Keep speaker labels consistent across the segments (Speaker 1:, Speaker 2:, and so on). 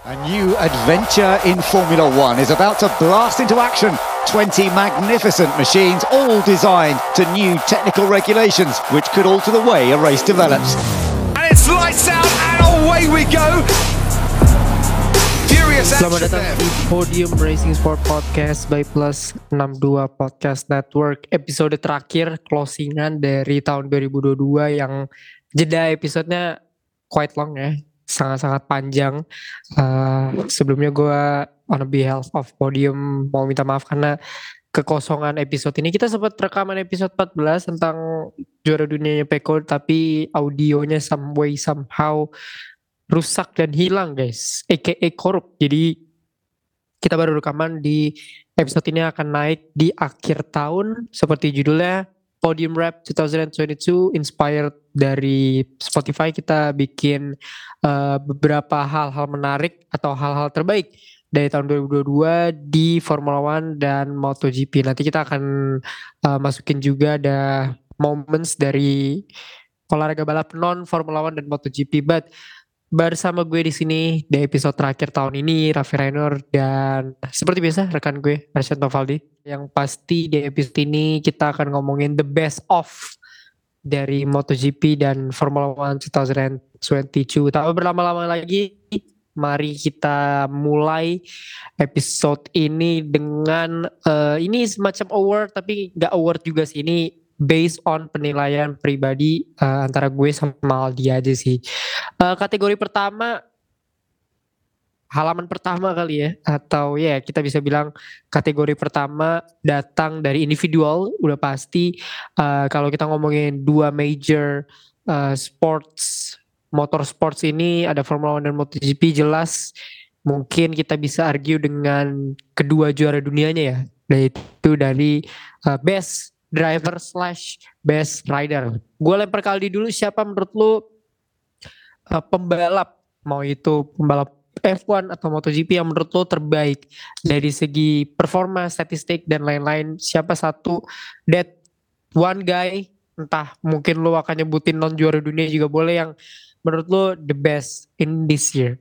Speaker 1: A new adventure in Formula One is about to blast into action. 20 magnificent machines, all designed to new technical regulations, which could alter the way a race develops.
Speaker 2: And it's lights out and away we go. Furious action.
Speaker 3: Selamat datang di Podium Racing Sport Podcast by Plus 62 Podcast Network. Episode terakhir closingan dari tahun 2022 yang jeda episodenya quite long ya. Sangat-sangat panjang. Sebelumnya gue on behalf of Podium mau minta maaf karena kekosongan episode ini. Kita sempat rekaman episode 14 tentang juara dunianya Pecco, tapi audionya somehow rusak dan hilang guys, aka korup. Jadi kita baru rekaman di episode ini akan naik di akhir tahun seperti judulnya Podium Rap 2022, inspired dari Spotify. Kita bikin beberapa hal-hal menarik atau hal-hal terbaik dari tahun 2022 di Formula One dan MotoGP. Nanti kita akan masukin juga ada moments dari olahraga balap non Formula One dan MotoGP. But bersama gue di sini di episode terakhir tahun ini, Raffi Rainer dan seperti biasa rekan gue Arsyad Novaldi. Yang pasti di episode ini kita akan ngomongin the best of dari MotoGP dan Formula One 2022. Tak berlama-lama lagi, mari kita mulai episode ini dengan ini semacam award tapi gak award juga sih, ini based on penilaian pribadi antara gue sama Aldi aja sih. Kategori pertama, halaman pertama kali ya, atau ya kita bisa bilang kategori pertama datang dari individual. Udah pasti kalau kita ngomongin dua major motorsports ini ada Formula One dan MotoGP, jelas mungkin kita bisa argue dengan kedua juara dunianya ya, yaitu dari best driver / best rider. Gue lempar ke Aldi dulu, siapa menurut lu pembalap, mau itu pembalap F1 atau MotoGP yang menurut lo terbaik dari segi performa, statistik dan lain-lain? Siapa satu that one guy, entah mungkin lo akan nyebutin non juara dunia juga boleh, yang menurut lo the best in this year?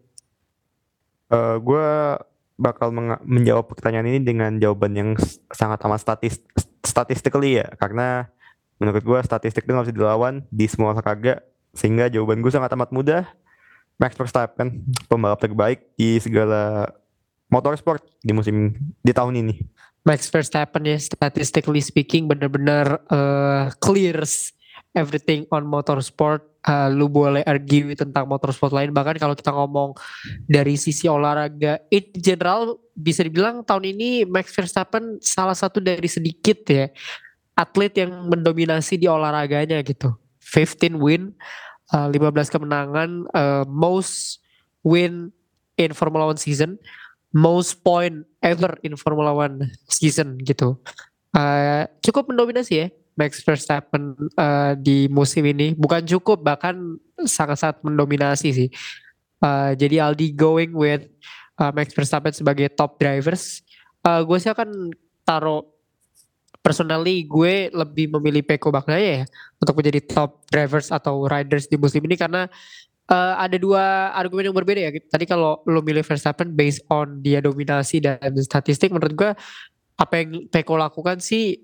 Speaker 4: Gue bakal menjawab pertanyaan ini dengan jawaban yang sangat amat statistically ya, karena menurut gue statistik itu gak bisa dilawan di semua olahraga, sehingga jawaban gue sangat amat mudah. Max Verstappen, pembalap terbaik di segala motorsport di tahun ini.
Speaker 3: Max Verstappen ya, statistically speaking benar-benar clears everything on motorsport. Lu boleh argue tentang motorsport lain, bahkan kalau kita ngomong dari sisi olahraga in general, bisa dibilang tahun ini Max Verstappen salah satu dari sedikit ya atlet yang mendominasi di olahraganya gitu. 15 win, 15 kemenangan, most win in Formula One season, most point ever in Formula One season gitu. Cukup mendominasi ya Max Verstappen di musim ini. Bukan cukup, bahkan sangat-sangat mendominasi sih. Jadi Aldi going with Max Verstappen sebagai top drivers. Gue sih akan taruh, personally gue lebih memilih Pecco Bagnaia ya untuk menjadi top drivers atau riders di musim ini, karena ada dua argumen yang berbeda ya. Tadi kalau lo milih Verstappen based on dia dominasi dan statistik, menurut gue apa yang Pecco lakukan sih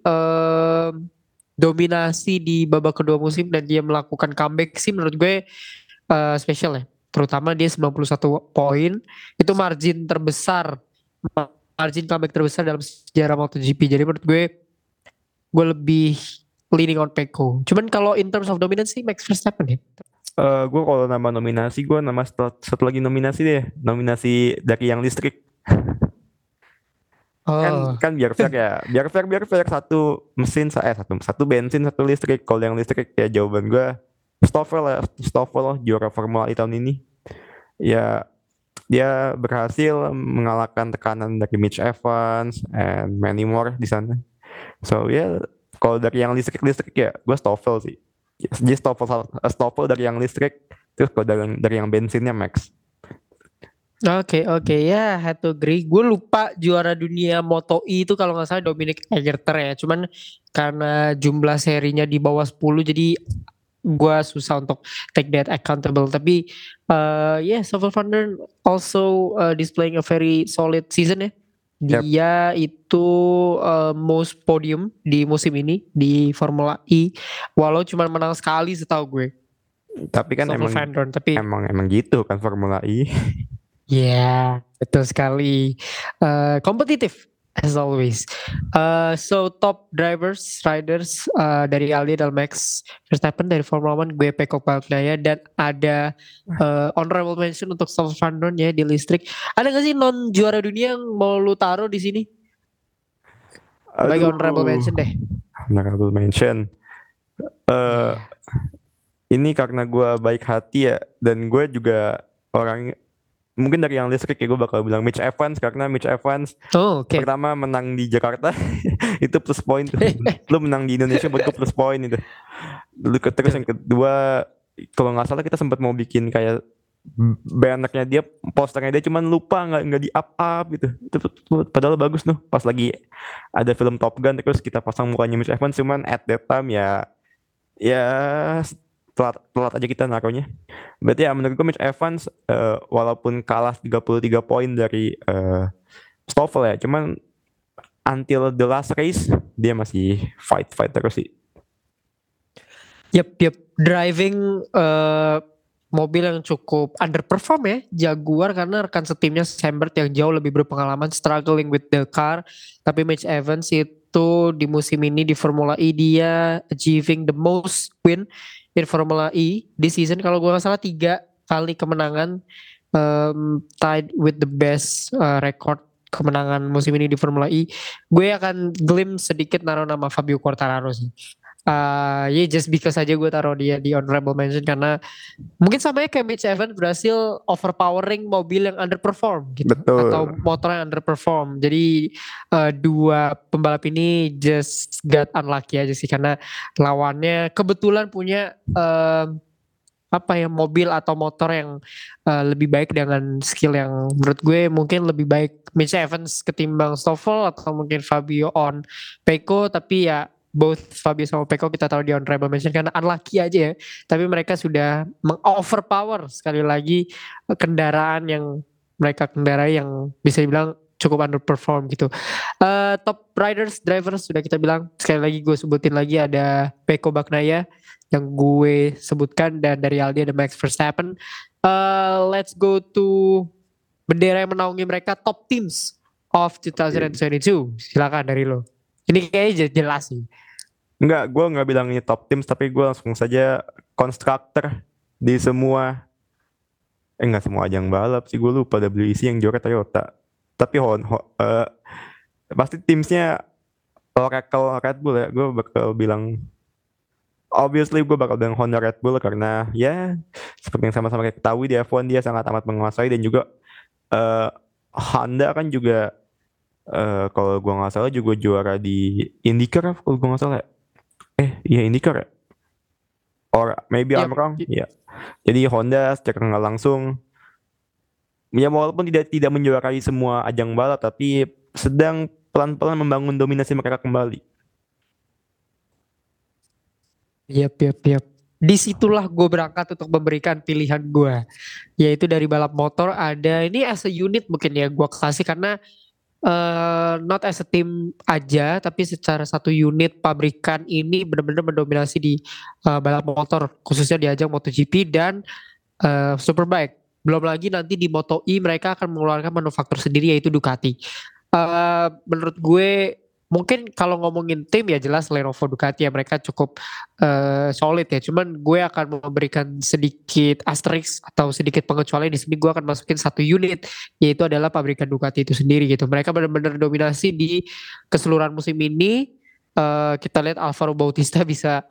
Speaker 3: dominasi di babak kedua musim dan dia melakukan comeback sih menurut gue spesial ya. Terutama dia 91 poin, itu margin comeback terbesar dalam sejarah MotoGP. Jadi menurut gue lebih leaning on Pecco. Cuman kalau in terms of dominance Max Verstappen ya.
Speaker 4: Gue kalau nama nominasi, gue nama satu lagi nominasi deh. Nominasi dari yang listrik. Kan biar fair ya. Biar fair satu mesin, satu bensin, satu listrik. Kalau yang listrik ya jawaban gue Stoffel juara Formula E tahun ini. Ya dia berhasil mengalahkan tekanan dari Mitch Evans and many more di sana. So kalau dari yang listrik ya gue Stoffel sih. Jadi Stoffel dari yang listrik, terus kalau dari yang bensinnya Max.
Speaker 3: Oke, ya, had to agree. Gue lupa juara dunia Moto E itu kalau nggak salah Dominic Egerter ya. Cuman karena jumlah serinya di bawah 10 jadi gue susah untuk take that accountable. Tapi Stoffel Vandoorne also displaying a very solid season ya.
Speaker 4: Yep.
Speaker 3: Dia itu most podium di musim ini di Formula E, walau cuma menang sekali setahu gue.
Speaker 4: Tapi kan
Speaker 3: Stoffel Vandoorne, tapi
Speaker 4: emang gitu kan Formula E.
Speaker 3: ya betul sekali, kompetitif as always. So top drivers, riders dari Aldi dan Max Verstappen, dari Formula One gue Pecco Bagnaia, dan ada honorable mention untuk Stoffel Vandoorne ya di listrik. Ada gak sih non juara dunia yang mau lu taruh di sini? Bagi honorable mention deh.
Speaker 4: Honorable mention. Ini karena gue baik hati ya, dan gue juga orang mungkin dari yang listrik ya, gue bakal bilang Mitch Evans, karena Mitch Evans pertama menang di Jakarta itu plus point tuh. Lu menang di Indonesia buat gue plus point itu. Terus yang kedua, kalau nggak salah kita sempat mau bikin kayak bannernya dia, posternya dia, cuman lupa nggak di up gitu. Itu padahal bagus tuh pas lagi ada film Top Gun, terus kita pasang mukanya Mitch Evans, cuman at that time ya telat aja kita naruhnya. Berarti ya menurut gue Mitch Evans walaupun kalah 33 poin dari Stoffel ya, cuman until the last race dia masih fight terus sih.
Speaker 3: Yep. Driving mobil yang cukup underperform ya, Jaguar, karena rekan setimnya Sambert yang jauh lebih berpengalaman struggling with the car. Tapi Mitch Evans itu di musim ini di Formula E dia achieving the most win in Formula E di season, kalau gue gak salah 3 kali kemenangan, tied with the best record kemenangan musim ini di Formula E. Gue akan glimpse sedikit naruh nama Fabio Quartararo sih. Just because aja gue taruh dia di honorable mention, karena mungkin sama kayak Mitch Evans berhasil overpowering mobil yang underperform gitu.
Speaker 4: Betul.
Speaker 3: Atau motor yang underperform. Jadi dua pembalap ini just got unlucky aja sih, karena lawannya kebetulan punya mobil atau motor yang lebih baik dengan skill yang menurut gue mungkin lebih baik Mitch Evans ketimbang Stoffel, atau mungkin Fabio on Pecco. Tapi ya both Fabio sama Pecco kita tahu di honorable mention karena unlucky aja ya. Tapi mereka sudah mengoverpower sekali lagi kendaraan yang mereka kendarai yang bisa dibilang cukup underperform gitu. Top riders, drivers sudah kita bilang. Sekali lagi gue sebutin lagi, ada Pecco Bagnaia yang gue sebutkan, dan dari Aldi ada Max Verstappen. Let's go to bendera yang menaungi mereka, top teams of 2022. Silakan dari lo. Ini kayaknya jelas sih.
Speaker 4: Enggak, gue nggak bilang ini top teams, tapi gue langsung saja konstruktor di semua. Nggak semua ajang balap sih, gue lupa WEC yang juara Toyota. Tapi pasti timsnya Oracle Red Bull ya. Gue bakal bilang, obviously gue bakal bilang Honda Red Bull, karena ya seperti yang sama-sama kita ketahui di F1 dia sangat amat menguasai, dan juga Honda kan juga kalau gue nggak salah juga juara di IndyCar kalau gue nggak salah. Iya IndyCar ya? Or maybe I'm wrong. Ya. Jadi Honda secara nggak langsung, ya walaupun tidak menjuarai semua ajang balap, tapi sedang pelan-pelan membangun dominasi mereka kembali.
Speaker 3: Yap. Disitulah gue berangkat untuk memberikan pilihan gue, yaitu dari balap motor. Ada ini as a unit mungkin ya gue kasih, karena not as a team aja, tapi secara satu unit pabrikan ini benar-benar mendominasi di balap motor, khususnya di ajang MotoGP dan Superbike. Belum lagi nanti di Moto E mereka akan mengeluarkan manufaktur sendiri, yaitu Ducati. Menurut gue mungkin kalau ngomongin tim ya jelas Lenovo Ducati ya, mereka cukup solid ya. Cuman gue akan memberikan sedikit asterisk atau sedikit pengecualian di sini. Gue akan masukin satu unit, yaitu adalah pabrikan Ducati itu sendiri gitu. Mereka benar-benar dominasi di keseluruhan musim ini. Kita lihat Alvaro Bautista bisa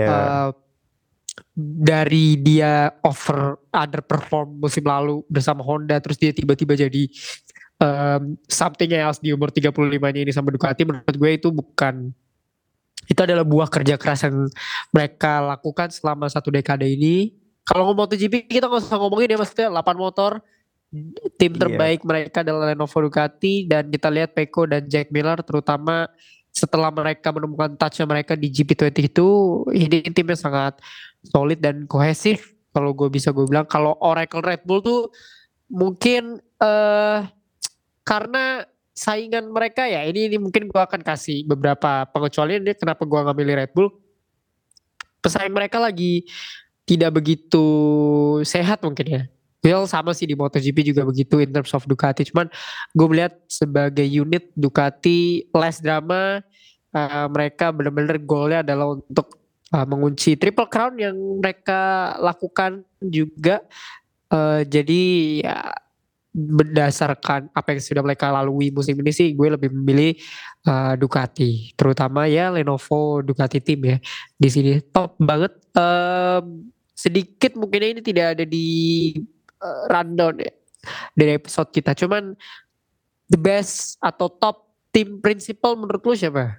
Speaker 3: dari dia underperform musim lalu bersama Honda, terus dia tiba-tiba jadi something else di umur 35-nya ini sama Ducati. Menurut gue itu adalah buah kerja keras yang mereka lakukan selama 1 dekade ini. Kalau ngomong MotoGP kita gak usah ngomongin ya, maksudnya 8 motor, tim terbaik mereka adalah Lenovo Ducati, dan kita lihat Pecco dan Jack Miller terutama setelah mereka menemukan touch mereka di GP20 itu, ini timnya sangat solid dan kohesif. Kalau gue bilang, kalau Oracle Red Bull tuh mungkin karena saingan mereka ya, ini mungkin gue akan kasih beberapa pengecualian dia kenapa gue nggak milih Red Bull. Pesaing mereka lagi tidak begitu sehat mungkin ya. Well, sama sih di MotoGP juga begitu in terms of Ducati. Cuman gue melihat sebagai unit Ducati less drama, mereka benar-benar goalnya adalah untuk mengunci Triple Crown yang mereka lakukan juga. Jadi ya berdasarkan apa yang sudah mereka lalui musim ini sih gue lebih memilih Ducati, terutama ya Lenovo Ducati team ya di sini top banget. Sedikit mungkin ini tidak ada di rundown ya dari episode kita, cuman the best atau top tim principal menurut lu siapa?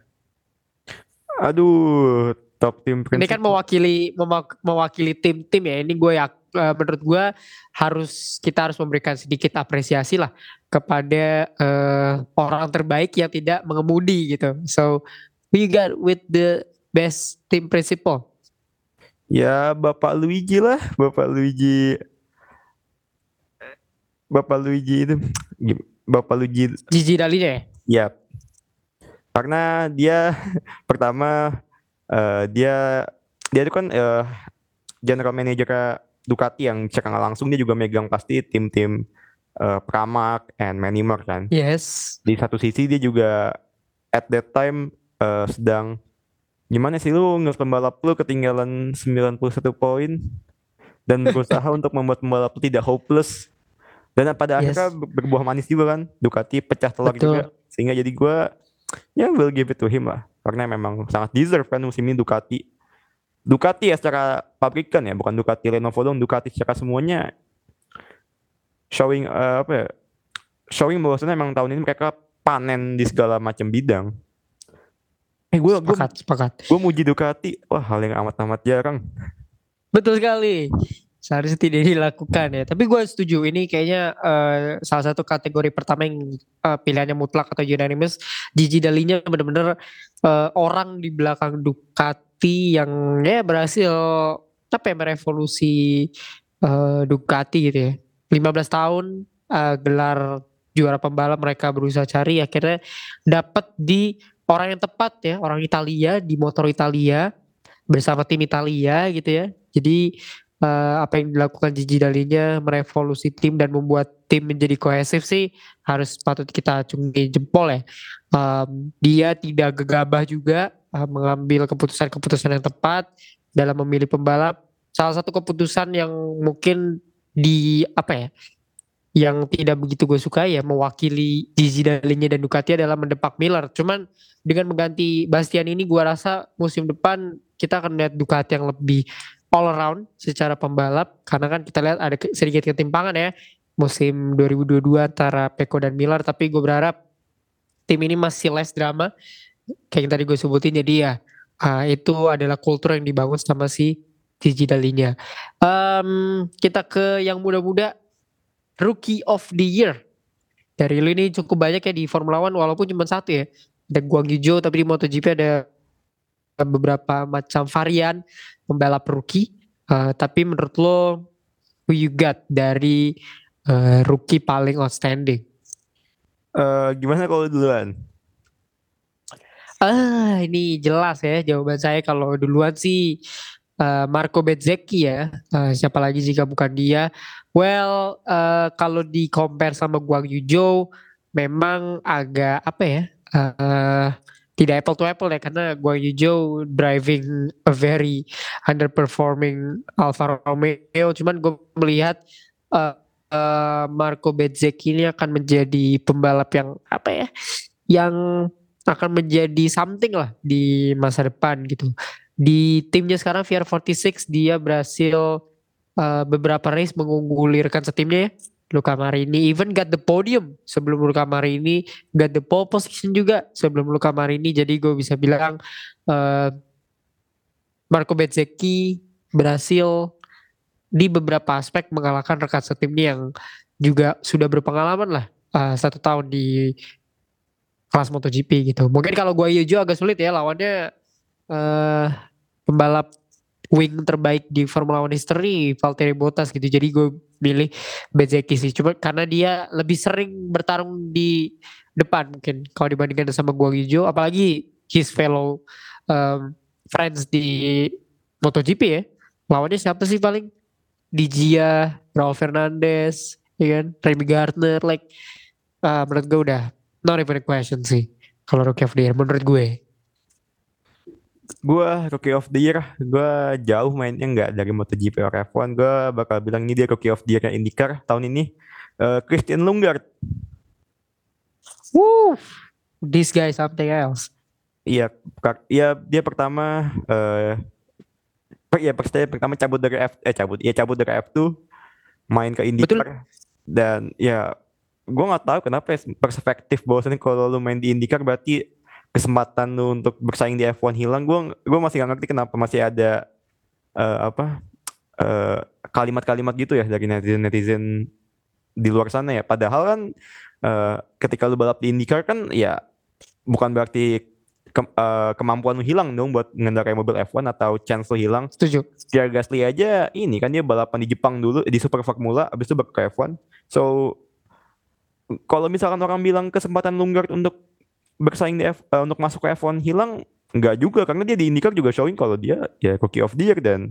Speaker 4: Aduh, top tim
Speaker 3: Ini kan mewakili tim-tim ya. Ini gue menurut gue kita harus memberikan sedikit apresiasi lah kepada orang terbaik yang tidak mengemudi gitu. So we got with the best team principal.
Speaker 4: Ya Bapak Luigi lah, Bapak Luigi itu, Bapak Luigi.
Speaker 3: Gigi Dalinya ya?
Speaker 4: Ya, karena dia pertama dia itu kan general manager Ducati yang secara langsung dia juga megang pasti tim-tim Pramac and many more kan.
Speaker 3: Yes.
Speaker 4: Di satu sisi dia juga at that time sedang gimana sih lu ngeliat pembalap lu ketinggalan 91 poin dan berusaha untuk membuat pembalap lu tidak hopeless. Dan pada akhirnya berbuah manis juga kan. Ducati pecah telur juga. Sehingga jadi gue ya will give it to him lah. Karena memang sangat deserve kan musim ini Ducati ya secara pabrikan ya. Bukan Ducati Lenovo dong. Ducati secara semuanya showing showing bahwasannya memang tahun ini mereka panen di segala macam bidang.
Speaker 3: Sepakat.
Speaker 4: Gue muji Ducati. Wah, hal yang amat-amat jarang.
Speaker 3: Betul sekali. Seharusnya tidak dilakukan ya. Tapi gue setuju, ini kayaknya salah satu kategori pertama yang pilihannya mutlak atau unanimous. Gigi Dalinya benar-benar orang di belakang Ducati yang ya berhasil merevolusi Ducati gitu ya. 15 tahun gelar juara pembalap mereka berusaha cari, akhirnya dapat di orang yang tepat ya, orang Italia di motor Italia bersama tim Italia gitu ya. Jadi apa yang dilakukan Gigi Dalinya merevolusi tim dan membuat tim menjadi kohesif sih harus patut kita acungi jempol ya. Dia tidak gegabah juga mengambil keputusan yang tepat dalam memilih pembalap. Salah satu keputusan yang mungkin yang tidak begitu gue suka ya mewakili Gigi Dalinya dan Ducati adalah mendepak Miller. Cuman dengan mengganti Bastian ini gue rasa musim depan kita akan melihat Ducati yang lebih all around secara pembalap, karena kan kita lihat ada sedikit ketimpangan ya musim 2022 antara Pecco dan Miller, tapi gue berharap tim ini masih less drama kayak yang tadi gue sebutin. Jadi ya itu adalah kultur yang dibangun sama si Gigi Dalinya. Kita ke yang muda-muda, Rookie of the Year. Dari lu ini cukup banyak ya di Formula One walaupun cuma satu ya. Ada Guang Yu Zhou, tapi di MotoGP ada beberapa macam varian pembalap rookie. Tapi menurut lo who you got dari rookie paling outstanding?
Speaker 4: Gimana kalau duluan?
Speaker 3: Ini jelas ya jawaban saya. Kalau duluan sih Marco Bezzecchi ya. Siapa lagi jika bukan dia? Well, kalau di compare sama Guang Yu Zhou memang agak tidak apple to apple ya, karena Guang Yu Zhou driving a very underperforming Alfa Romeo. Cuman gue melihat Marco Bezzecchi ini akan menjadi pembalap yang akan menjadi something lah di masa depan gitu. Di timnya sekarang VR46 dia berhasil beberapa race mengungguli rekan setimnya ya. Luca Marini even got the podium sebelum Luca Marini, got the pole position juga sebelum Luca Marini. Jadi gue bisa bilang Marco Bezzecchi berhasil di beberapa aspek mengalahkan rekan setimnya yang juga sudah berpengalaman lah 1 tahun di kelas MotoGP gitu. Mungkin kalau Guan Yu Zhou agak sulit ya lawannya pembalap wing terbaik di Formula One history, Valtteri Bottas gitu. Jadi gue pilih Bezzecchi sih. Cuma karena dia lebih sering bertarung di depan mungkin kalau dibandingkan sama Guan Yu Zhou, apalagi his fellow friends di MotoGP ya. Lawannya siapa sih paling? Di Gia, Raul Fernandez, ya kan? Remy Gardner, menurut gue udah not even a question sih kalau Rookie of the Year menurut gue.
Speaker 4: Gue Rookie of the Year, gue jauh mainnya nggak dari MotoGP or F1. Gue bakal bilang ini dia Rookie of the Year IndyCar tahun ini. Christian Lundgaard.
Speaker 3: Woo, this guy something else.
Speaker 4: Iya, dia pertama pertama cabut dari F2, main ke IndyCar. Dan ya gue nggak tahu kenapa perspektif bahwasannya kalau lu main di IndyCar berarti kesempatan lu untuk bersaing di F1 hilang. Gue masih nggak ngerti kenapa masih ada kalimat-kalimat gitu ya dari netizen di luar sana ya. Padahal kan ketika lu balap di IndyCar kan ya bukan berarti kemampuan lu hilang dong buat mengendarai mobil F1 atau chance lu hilang.
Speaker 3: Setuju.
Speaker 4: Pierre Gasly aja ini kan dia balapan di Jepang dulu di Super Formula, abis itu baru ke F1. So kalau misalkan orang bilang kesempatan Lundgaard untuk bersaing untuk masuk ke F1 hilang, enggak juga karena dia di IndyCar juga showing kalau dia ya Rookie of the Year dan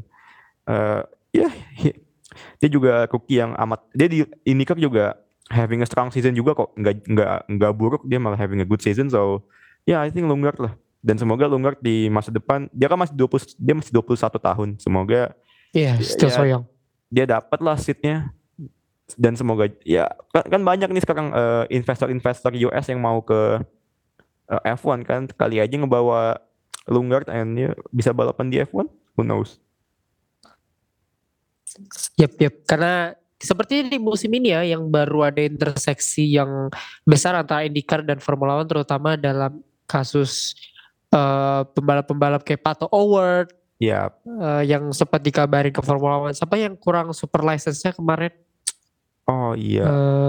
Speaker 4: dia juga rookie yang dia di IndyCar juga having a strong season juga kok, enggak buruk, dia malah having a good season. So I think Lundgaard lah, dan semoga Lundgaard di masa depan dia masih 21 tahun, semoga
Speaker 3: still so young.
Speaker 4: Dia dapat lah seatnya. Dan semoga ya kan banyak nih sekarang investor US yang mau ke F1 kan, kali aja ngebawa Lundgaard and bisa balapan di F1, who knows.
Speaker 3: Yep. Karena seperti di musim ini ya yang baru ada interseksi yang besar antara IndyCar dan Formula One, terutama dalam kasus pembalap-pembalap kayak Pato O'Ward yang sempat dikabarin ke Formula One. Siapa yang kurang super license-nya kemarin?
Speaker 4: Oh iya.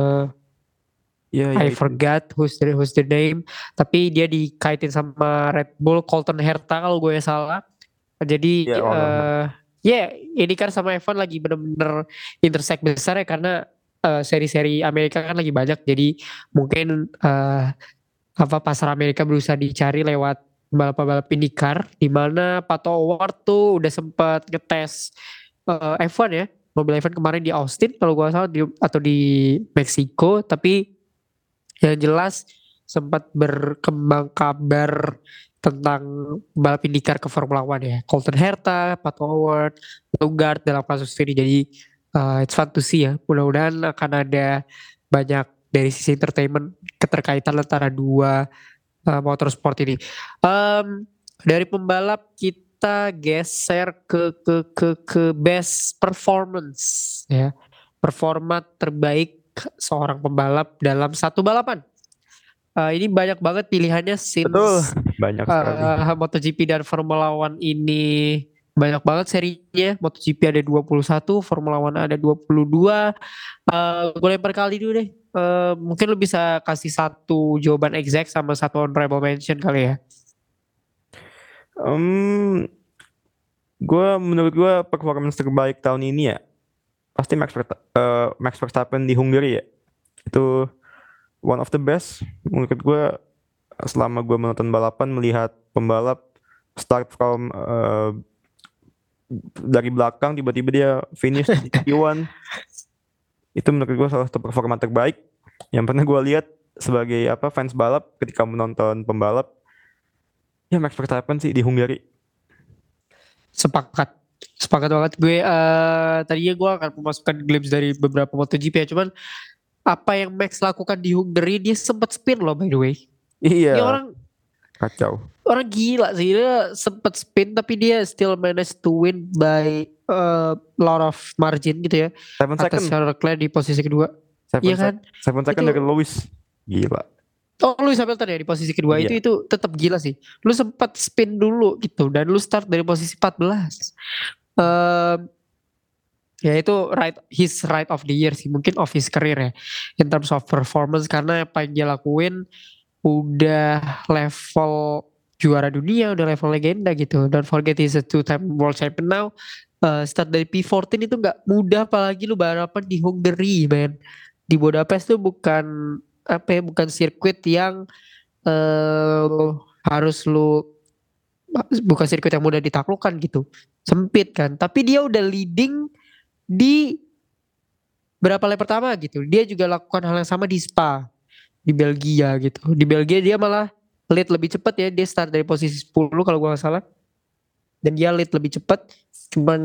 Speaker 3: I forgot who's the name. Tapi dia dikaitin sama Red Bull, Colton Herta kalau gue salah. Jadi IndyCar sama F1 lagi bener-bener intersect besar ya, karena seri-seri Amerika kan lagi banyak. Jadi mungkin pasar Amerika berusaha dicari lewat balap-balap IndyCar, di mana Pato O'Ward tuh udah sempat ngetes F1 ya. Mobil F1 kemarin di Austin kalau gue salah atau di Meksiko, tapi yang jelas sempat berkembang kabar tentang balap IndyCar ke Formula One ya. Colton Herta, Pato O'Ward, Lundgaard dalam kasus ini. Jadi it's fun to see ya. Mudah-mudahan akan ada banyak dari sisi entertainment keterkaitan antara dua motorsport ini. Dari pembalap kita geser ke best performance ya. Performa terbaik seorang pembalap dalam satu balapan. Ini banyak banget pilihannya since
Speaker 4: betul, banyak sekali.
Speaker 3: MotoGP dan Formula One ini banyak banget serinya. MotoGP ada 21, Formula One ada 22. Gue lempar kali dulu deh. Mungkin lu bisa kasih satu jawaban exact sama satu honorable mention kali ya.
Speaker 4: Menurut gue performance terbaik tahun ini ya pasti Max Verstappen di Hungary ya. Itu one of the best menurut gue selama gue menonton balapan, melihat pembalap start from dari belakang tiba-tiba dia finish di Q1. Itu menurut gue salah satu performa terbaik yang pernah gue lihat sebagai fans balap ketika menonton pembalap. Ya Max Verstappen sih di Hungary. Sepakat
Speaker 3: banget gue. Tadinya gue akan memasukkan glimpse dari beberapa MotoGP ya, cuman apa yang Max lakukan di Hungary, dia sempat spin loh by the way.
Speaker 4: Iya.
Speaker 3: Ini orang
Speaker 4: kacau.
Speaker 3: Orang gila sih, dia sempat spin tapi dia still managed to win by lot of margin gitu ya.
Speaker 4: 7 second.
Speaker 3: Atas Charles Leclerc di posisi kedua. Iya kan?
Speaker 4: 7 second dari Lewis. Gila.
Speaker 3: Oh, Lewis Hamilton ya di posisi kedua.
Speaker 4: Iya.
Speaker 3: Itu tetap gila sih. Lu sempat spin dulu gitu dan lu start dari posisi 14. Ya itu his right of the year sih, mungkin of his career ya in terms of performance, karena apa yang dia lakuin udah level juara dunia, udah level legenda gitu. Don't forget he's a two-time world champion now. Start dari P14 itu nggak mudah, apalagi lu balapan di Hungary, man. Di Budapest tuh bukan bukan sirkuit yang harus lu bukan sirkuit yang mudah ditaklukkan gitu. Sempit kan. Tapi dia udah leading di berapa lap pertama gitu. Dia juga lakukan hal yang sama di Spa di Belgia gitu. Di Belgia dia malah lead lebih cepat ya. Dia start dari posisi 10 kalau gua nggak salah. Dan dia lead lebih cepat. Cuman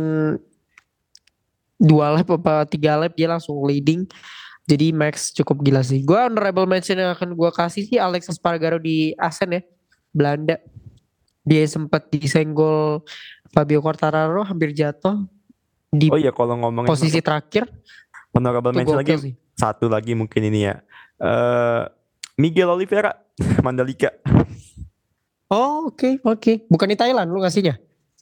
Speaker 3: 2 lap apa 3 lap dia langsung leading. Jadi Max cukup gila sih. Gua honorable mention yang akan gua kasih sih Alex Espargaro di Assen ya. Belanda. Dia sempat disenggol Fabio Quartararo, hampir jatuh di
Speaker 4: Oh iya, kalau ngomongin
Speaker 3: posisi terakhir.
Speaker 4: honorable
Speaker 3: Itu
Speaker 4: mention
Speaker 3: gokil
Speaker 4: lagi,
Speaker 3: sih.
Speaker 4: satu lagi mungkin ini ya. Miguel Oliveira, Mandalika.
Speaker 3: Oh oke. Bukan di Thailand lu ngasihnya?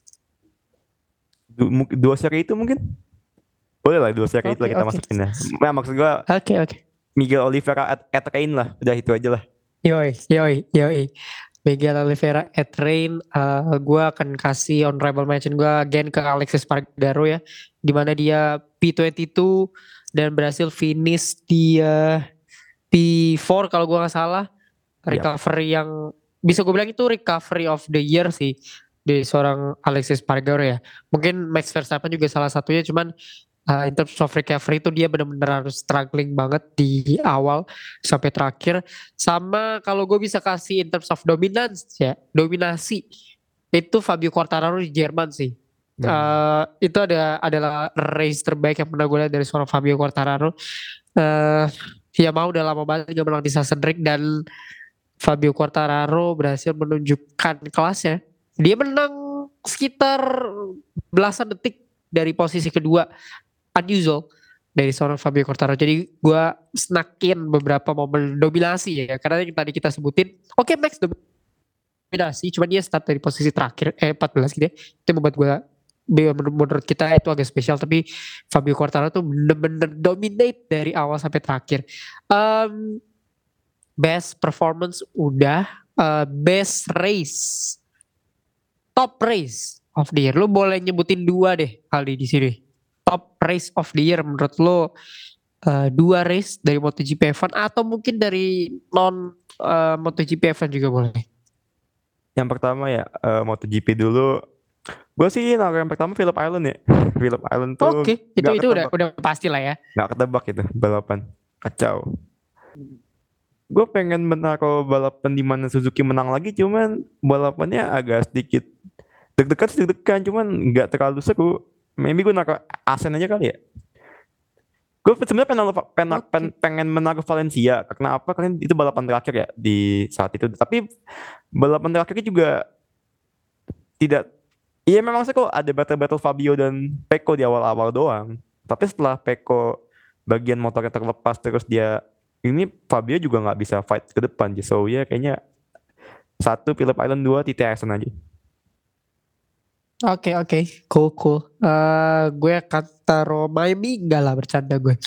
Speaker 4: Dua seri itu mungkin? Boleh lah, dua seri itu lah kita
Speaker 3: Oke.
Speaker 4: masukin ya. Nah, maksud gua
Speaker 3: Oke.
Speaker 4: Miguel Oliveira at Rain lah. Udah itu aja lah.
Speaker 3: Yoi. Miguel Oliveira at Rain. Gue akan kasih honorable mention gue again ke Alexis Espargaro ya. Dimana dia P22 dan berhasil finish di P4 kalau gue gak salah. Recovery yang bisa gue bilang itu recovery of the year sih. Dari seorang Alexis Espargaro ya. Mungkin Max Verstappen juga salah satunya. Cuman in terms of recovery itu dia benar-benar harus struggling banget di awal sampai terakhir. Sama kalau gue bisa kasih in terms of dominasi itu Fabio Quartararo di Jerman sih. Itu adalah race terbaik yang pernah gue lihat dari seorang Fabio Quartararo. Yamaha udah lama banget gak menang di Sachsenring dan Fabio Quartararo berhasil menunjukkan kelasnya. Dia menang sekitar belasan detik dari posisi kedua. Unusual dari seorang Fabio Quartararo. Jadi gue snakin beberapa momen dominasi ya. Karena yang tadi kita sebutin, oke, Max dominasi, cuma dia start dari posisi terakhir 14 gitu ya. Itu membuat gue, menurut kita itu agak spesial. Tapi Fabio Quartararo tuh bener-bener dominate dari awal sampai terakhir. Best performance udah, best race, top race of the year. Lu boleh nyebutin 2 deh kali di sini. Top race of the year menurut lo, 2 race dari MotoGP F1 atau mungkin dari non MotoGP F1 juga boleh.
Speaker 4: Yang pertama ya MotoGP dulu. Gue sih yang pertama Phillip Island ya. Phillip Island tuh
Speaker 3: itu udah pasti lah ya.
Speaker 4: Gak ketebak itu balapan. Kacau. Gue pengen menaruh balapan di mana Suzuki menang lagi, cuman balapannya agak sedikit deg-degan cuman gak terlalu seru. Maybe gue naruh Asen aja kali ya. Gue sebenarnya pengen menaruh Valencia. Karena apa? Karena itu balapan terakhir ya di saat itu. Tapi balapan terakhirnya juga tidak. Iya memang sih kok ada battle Fabio dan Pecco di awal-awal doang. Tapi setelah Pecco bagian motornya terlepas terus ini Fabio juga nggak bisa fight ke depan. So ya kayaknya 1 Phillip Island, 2 TT Asen aja.
Speaker 3: Oke, cool. Gue akan taruh Miami, enggak lah, bercanda gue.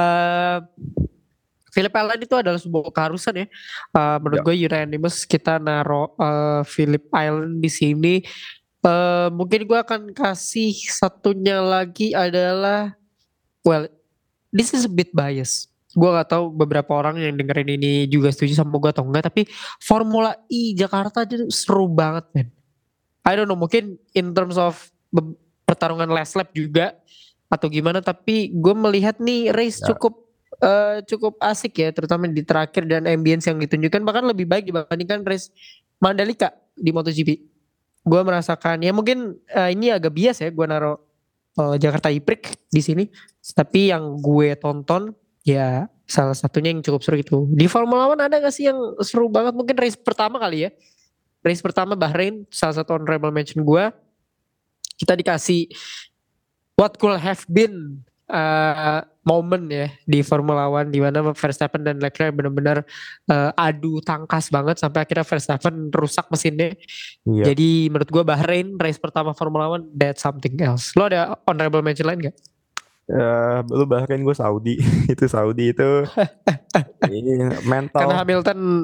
Speaker 3: Phillip Island itu adalah sebuah keharusan ya. Menurut gue unanimous kita naruh Phillip Island di sini. Mungkin gue akan kasih satunya lagi adalah, well, this is a bit bias. Gue gak tahu beberapa orang yang dengerin ini juga setuju sama gue atau enggak, tapi Formula E Jakarta itu seru banget, man. I don't know, mungkin in terms of pertarungan last lap juga atau gimana, tapi gue melihat nih race cukup asik ya, terutama di terakhir, dan ambience yang ditunjukkan bahkan lebih baik dibandingkan race Mandalika di MotoGP. Gue merasakan ya, mungkin ini agak bias ya gue naruh Jakarta E-Prix di sini, tapi yang gue tonton ya salah satunya yang cukup seru itu. Di Formula One ada gak sih yang seru banget? Mungkin race pertama kali ya. Race pertama Bahrain, salah satu honorable mention gue. Kita dikasih what could have been moment ya di Formula One, di mana Verstappen dan Leclerc benar-benar adu tangkas banget sampai akhirnya Verstappen rusak mesinnya.
Speaker 4: Iya.
Speaker 3: Jadi menurut gue Bahrain race pertama Formula One, that's something else. Lo ada honorable mention lain gak?
Speaker 4: Lu bahkan gue Saudi. Itu Saudi itu mental.
Speaker 3: Karena Hamilton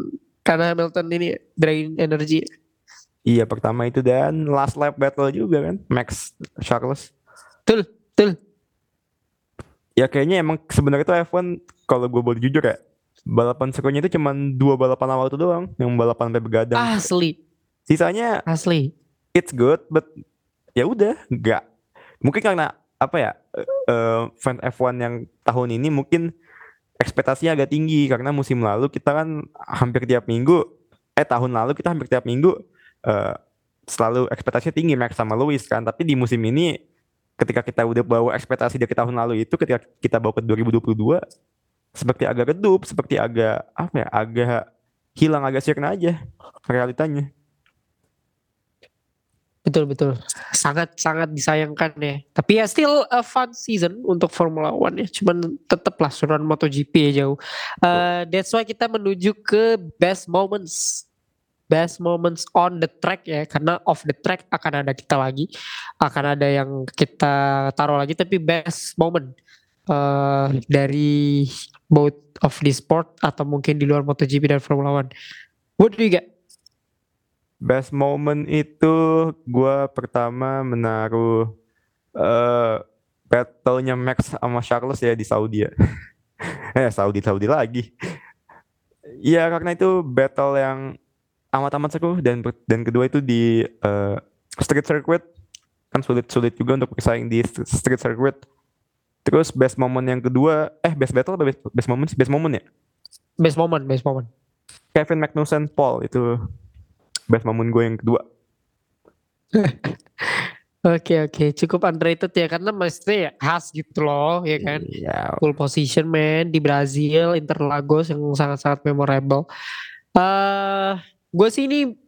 Speaker 3: Karena Hamilton ini drain energi.
Speaker 4: Iya pertama itu dan last lap battle juga kan Max Charles.
Speaker 3: Betul, betul.
Speaker 4: Ya kayaknya emang sebenarnya itu F1 kalau gue boleh jujur ya, balapan serunya itu cuma 2 balapan awal itu doang yang balapan sampai begadang. Sisanya
Speaker 3: Asli.
Speaker 4: it's good but ya udah nggak. Mungkin karena apa ya, fan F1 yang tahun ini mungkin ekspektasinya agak tinggi karena musim lalu kita kan hampir tiap minggu, tahun lalu kita hampir tiap minggu selalu ekspektasinya tinggi Max sama Lewis kan. Tapi di musim ini ketika kita udah bawa ekspektasi dari tahun lalu itu, ketika kita bawa ke 2022 seperti agak redup, seperti agak apa ya, agak hilang, agak sirna aja realitanya.
Speaker 3: Betul. Sangat disayangkan ya. Tapi ya still a fun season untuk Formula One ya. Cuman tetaplah suruhan MotoGP ya jauh. That's why kita menuju ke best moments. Best moments on the track ya. Karena off the track akan ada kita lagi. Akan ada yang kita taruh lagi. Tapi best moment dari both of the sport atau mungkin di luar MotoGP dan Formula One. What do you get?
Speaker 4: Best moment itu gue pertama menaruh battle-nya Max sama Charles ya di Saudi ya. Saudi lagi. Ya karena itu battle yang amat seru dan kedua itu di street circuit kan sulit juga untuk bersaing di street circuit. Terus best moment yang kedua, best battle atau best moment ya?
Speaker 3: Best moment.
Speaker 4: Kevin Magnussen Paul itu best moment gue yang kedua.
Speaker 3: Oke, cukup underrated ya karena maksudnya ya khas gitu loh ya kan.
Speaker 4: Iya.
Speaker 3: Full position man di Brazil, Interlagos yang sangat-sangat memorable. Gue sih ini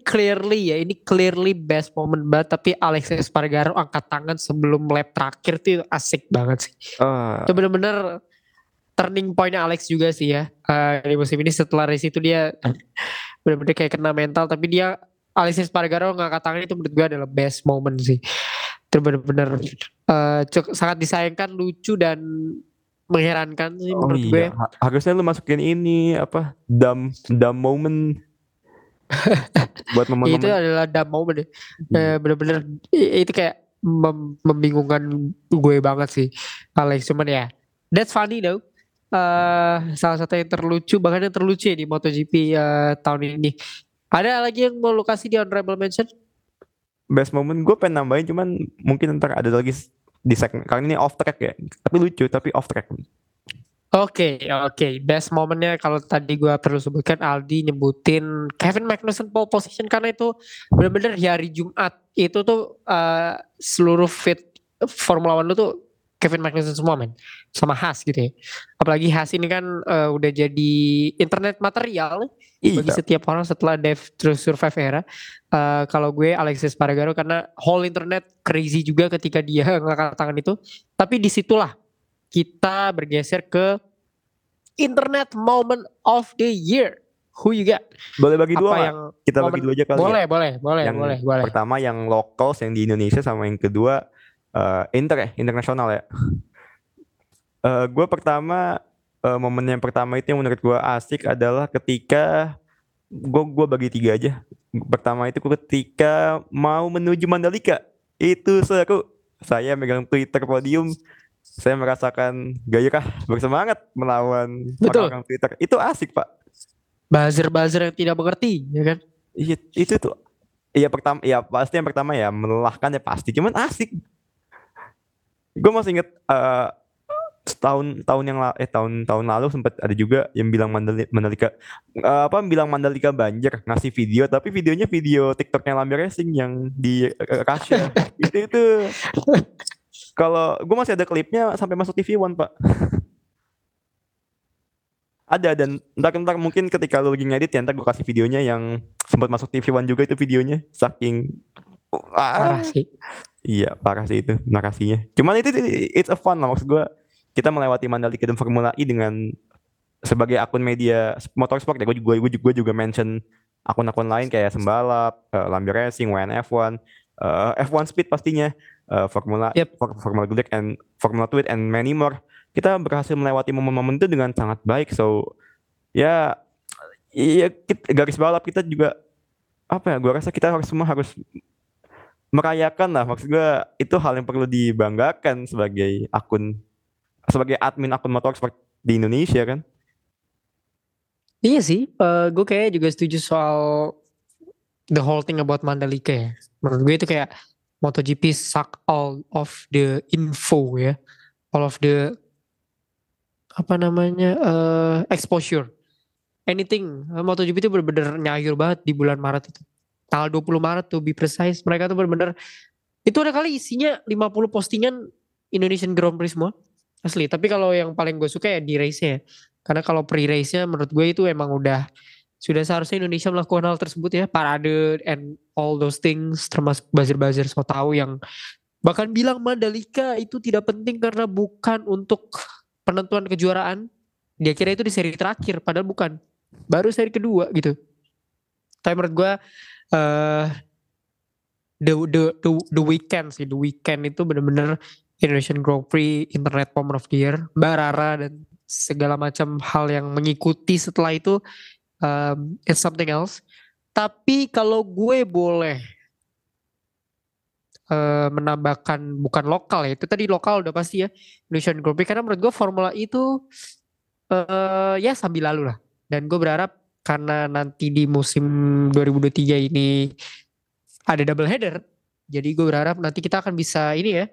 Speaker 3: clearly best moment banget. Tapi Alex Espargaro angkat tangan sebelum lap terakhir tuh asik banget sih. Itu bener-bener turning pointnya Alex juga sih ya. Di musim ini setelah race itu dia bener-bener kayak kena mental. Tapi dia Alex Espargaro ngangkat tangan itu menurut gue adalah best moment sih. Itu bener-bener sangat disayangkan, lucu dan mengherankan sih menurut gue.
Speaker 4: Harusnya lu masukin ini apa dumb moment. Buat momen-momen.
Speaker 3: Itu adalah dumb moment ya. Bener-bener itu kayak membingungkan gue banget sih Alex. Cuman ya that's funny though. Salah satu yang terlucu, bahkan yang terlucu ya di MotoGP tahun ini. Ada lagi yang mau lu kasih di honorable mention?
Speaker 4: Best moment gue pengen nambahin, cuman mungkin ntar ada lagi di segmen, karena ini off track ya, tapi lucu, tapi off track.
Speaker 3: Oke. Best momennya kalau tadi gue perlu sebutkan, Aldi nyebutin Kevin Magnussen pole position karena itu benar-benar di hari Jumat itu tuh seluruh fit Formula One tuh Kevin Magnussen semua men, sama Haas gitu ya. Apalagi Haas ini kan udah jadi internet material bagi setiap orang setelah Drive to Survive era. Kalau gue Alex Espargaro karena whole internet crazy juga ketika dia ngangkat tangan itu. Tapi disitulah kita bergeser ke internet moment of the year. Who you got?
Speaker 4: Boleh bagi dua yang kita bagi dua aja kali.
Speaker 3: Boleh.
Speaker 4: Pertama yang locals yang di Indonesia, sama yang kedua internasional ya. Gue pertama momen yang pertama itu yang menurut gue asik adalah ketika gue bagi 3 aja. Pertama itu ketika mau menuju Mandalika, itu seru. Saya megang Twitter podium, saya merasakan gairah bersemangat melawan orang-orang Twitter. Itu asik pak.
Speaker 3: Buzzer yang tidak mengerti, ya kan?
Speaker 4: Iya itu tuh. Iya pertama, ya pasti yang pertama ya melelahkan ya pasti. Cuman asik. Gue masih inget tahun lalu sempat ada juga yang bilang Mandalika banjir, ngasih video, tapi videonya video TikToknya Lambe Racing yang di Russia. itu kalau gue masih ada klipnya sampai masuk TV One pak. Ada, dan ntar mungkin ketika lu lagi ngedit ya ntar gue kasih videonya yang sempat masuk TV One juga itu videonya, saking
Speaker 3: parah sih.
Speaker 4: Iya parah sih itu narasinya. Cuman itu it's a fun lah, maksud gue kita melewati Mandalika dan Formula E dengan sebagai akun media motorsport ya. Gue juga mention akun-akun lain kayak Sembalap, Lambe Racing, WNF1, F1 Speed pastinya, Formula Gulek and Formula Tweet and many more. Kita berhasil melewati momen-momen itu dengan sangat baik. So ya iya garis balap kita juga apa ya? Gua rasa kita semua harus merayakan lah. Maksud gua itu hal yang perlu dibanggakan sebagai admin akun motorsport di Indonesia kan.
Speaker 3: Iya sih, gue kayak juga setuju soal the whole thing about Mandalika ya. Menurut gue itu kayak MotoGP suck all of the info ya, all of the apa namanya exposure. Anything, MotoGP itu bener-bener nyayur banget di bulan Maret itu. Tanggal 20 Maret tuh be precise, mereka tuh bener-bener itu ada kali isinya 50 postingan Indonesian Grand Prix semua. Asli, tapi kalau yang paling gue suka ya di race-nya ya. Karena kalau pre-race-nya menurut gue itu emang udah sudah seharusnya Indonesia melakukan hal tersebut ya. Parade and all those things, termasuk buzzer-buzzer so tahu yang bahkan bilang Mandalika itu tidak penting karena bukan untuk penentuan kejuaraan. Dia kira itu di seri terakhir, padahal bukan. Baru seri kedua gitu. Tapi menurut gue eh the weekend sih, the weekend itu bener-bener Indonesian Grand Prix, Internet Moment of the Year, Mbak Rara dan segala macam hal yang mengikuti setelah itu, it's something else. Tapi kalau gue boleh menambahkan bukan lokal ya, itu tadi lokal udah pasti ya Indonesian Grand Prix, karena menurut gue Formula E itu ya sambil lalu lah. Dan gue berharap karena nanti di musim 2023 ini ada double header, jadi gue berharap nanti kita akan bisa ini ya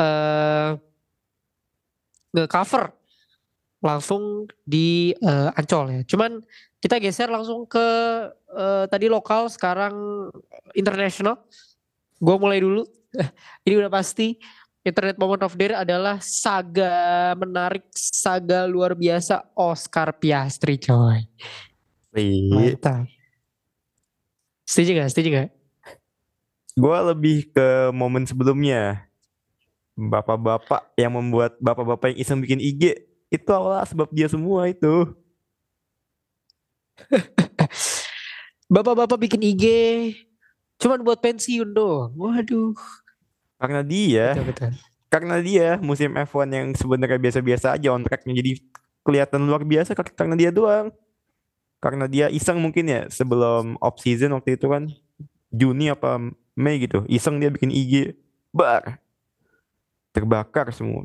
Speaker 3: nge-cover langsung di Ancol ya. Cuman kita geser langsung ke tadi lokal, sekarang international. Gue mulai dulu. Ini udah pasti Internet Moment of the Year adalah saga menarik, saga luar biasa Oscar Piastri coy. Mantap. Setuju gak? Setuju gak?
Speaker 4: Gue lebih ke momen sebelumnya. Bapak-bapak yang membuat bapak-bapak yang iseng bikin IG. Itu awalnya sebab dia semua itu.
Speaker 3: Bapak-bapak bikin IG cuman buat pensiun doang. Waduh.
Speaker 4: Karena dia,
Speaker 3: Betul-betul.
Speaker 4: karena dia musim F1 yang sebenarnya biasa-biasa aja on tracknya jadi kelihatan luar biasa karena dia doang. Karena dia iseng mungkin ya sebelum off season waktu itu kan Juni apa Mei gitu. Iseng dia bikin IG. Terbakar semua.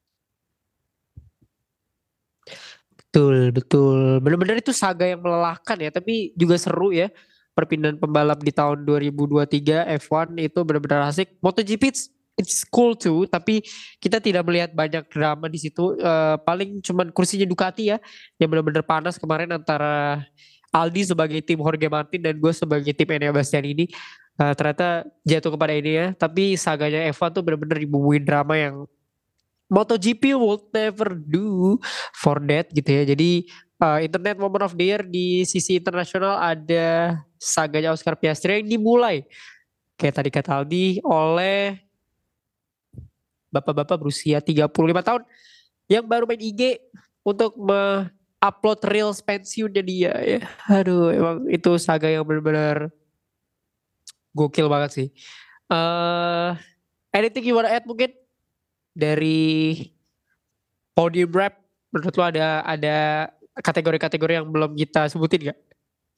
Speaker 3: Betul, betul. Benar-benar itu saga yang melelahkan ya, tapi juga seru ya. Perpindahan pembalap di tahun 2023 F1 itu benar-benar asik. MotoGP it's cool too, tapi kita tidak melihat banyak drama di situ. Paling cuman kursinya Ducati ya, yang benar-benar panas kemarin antara Aldi sebagai tim Jorge Martin dan gue sebagai tim Enea Bastianini. Ternyata jatuh kepada ini ya. Tapi saganya F1 tuh benar-benar dibubuhin drama yang MotoGP will never do for that gitu ya. Jadi Internet Moment of the Year di sisi internasional ada saganya Oscar Piastri yang dimulai kayak tadi kata Aldi oleh bapak-bapak berusia 35 tahun yang baru main IG untuk upload reels pensiunnya dia ya. Aduh, emang itu saga yang benar-benar gokil banget sih. Anything you wanna add mungkin dari podium rap? Menurut lo ada kategori-kategori yang belum kita sebutin gak?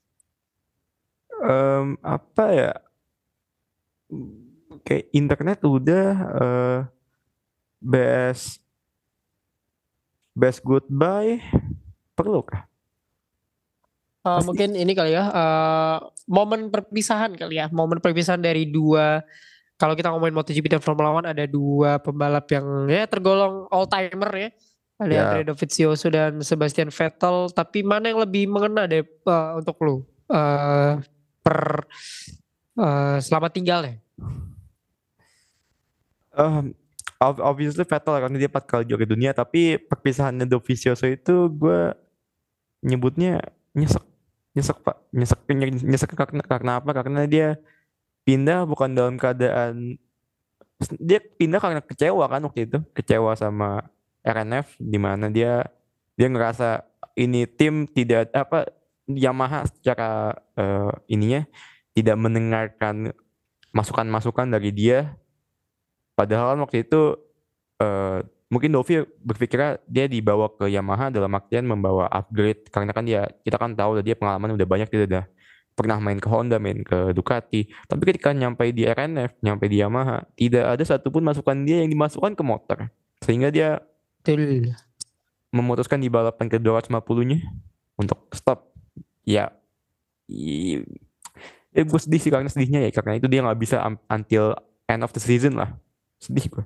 Speaker 4: Apa ya? Kayak internet udah best goodbye perlu kah?
Speaker 3: Mungkin ini kali ya, momen perpisahan kali ya, momen perpisahan dari dua. Kalau kita ngomongin MotoGP dan Formula One ada dua pembalap yang ya tergolong all timer ya. Ada
Speaker 4: Ya.
Speaker 3: Andrea Dovizioso dan Sebastian Vettel. Tapi mana yang lebih mengena deh untuk lu selamat tinggal ya?
Speaker 4: Obviously Vettel karena dia 4 kali juara dunia, tapi perpisahannya Dovizioso itu gue nyebutnya nyesek pak, nyesek karena apa? Karena dia pindah bukan dalam keadaan, dia pindah karena kecewa kan waktu itu, kecewa sama RNF di mana dia ngerasa ini tim tidak apa, Yamaha secara ininya tidak mendengarkan masukan-masukan dari dia. Padahal waktu itu mungkin Dovi berpikirnya dia dibawa ke Yamaha dalam artian membawa upgrade, karena kan kita kan tahu dia pengalaman udah banyak, dia udah pernah main ke Honda, main ke Ducati. Tapi ketika nyampe di RNF, nyampe di Yamaha, tidak ada satupun masukan dia yang dimasukkan ke motor, sehingga dia
Speaker 3: Betul.
Speaker 4: memutuskan di balapan ke 250-nya untuk stop. Ya, gue sedih sih, karena sedihnya ya karena itu dia nggak bisa until end of the season lah. Sedih gue.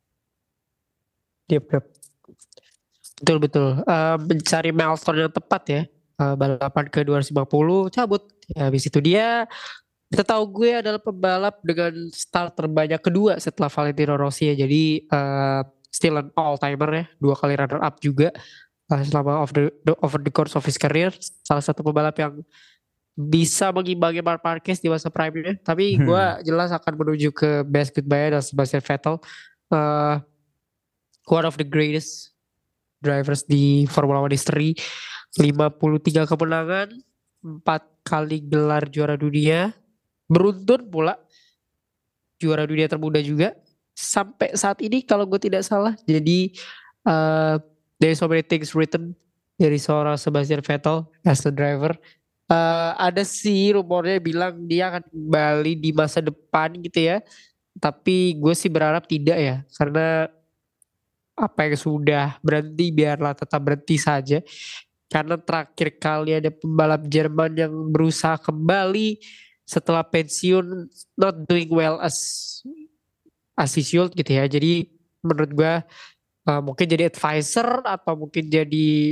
Speaker 3: Yep. Betul. Mencari milestone yang tepat ya. Balapan ke 250 cabut. Ya, habis itu dia setahu gue adalah pembalap dengan start terbanyak kedua setelah Valentino Rossi ya. Jadi still an all timer ya, 2 kali runner up juga selama over the course of his career. Salah satu pembalap yang bisa mengimbangi Marc Marquez di masa prime-nya. Tapi gue jelas akan menuju ke best goodbye dan Sebastian Vettel. One of the greatest drivers di Formula One history. 53 kemenangan, 4 kali gelar juara dunia, beruntun pula juara dunia termuda juga sampai saat ini kalau gue tidak salah. Jadi there's so many things written dari seorang Sebastian Vettel as a driver. Ada sih rumornya bilang dia akan kembali di masa depan gitu ya, tapi gue sih berharap tidak ya, karena apa yang sudah berhenti biarlah tetap berhenti saja. Karena terakhir kali ada pembalap Jerman yang berusaha kembali setelah pensiun not doing well as he should gitu ya. Jadi menurut gue mungkin jadi advisor atau mungkin jadi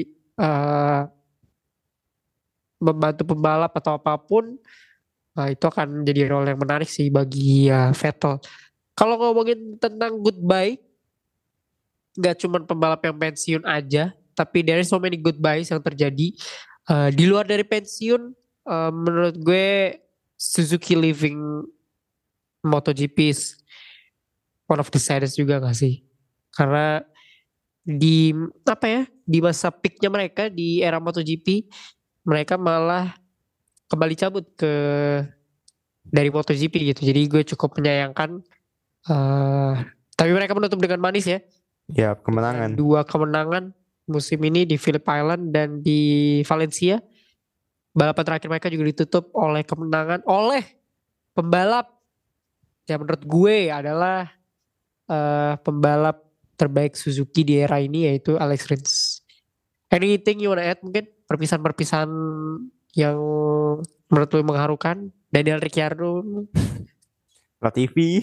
Speaker 3: membantu pembalap atau apapun, itu akan jadi role yang menarik sih bagi Vettel. Kalau ngomongin tentang goodbye, gak cuma pembalap yang pensiun aja, tapi there is so many goodbyes yang terjadi. Di luar dari pensiun, menurut gue Suzuki leaving MotoGP is one of the saddest juga gak sih? Karena di masa peaknya mereka di era MotoGP, mereka malah kembali cabut dari MotoGP gitu. Jadi gue cukup menyayangkan. Tapi mereka menutup dengan manis ya.
Speaker 4: Ya, kemenangan.
Speaker 3: 2 kemenangan musim ini di Phillip Island dan di Valencia. Balapan terakhir mereka juga ditutup oleh kemenangan oleh pembalap yang menurut gue adalah pembalap terbaik Suzuki di era ini, yaitu Alex Rins. Anything you wanna add mungkin? Perpisahan-perpisahan yang menurut lu mengharukan? Daniel Ricciardo,
Speaker 4: Latifi,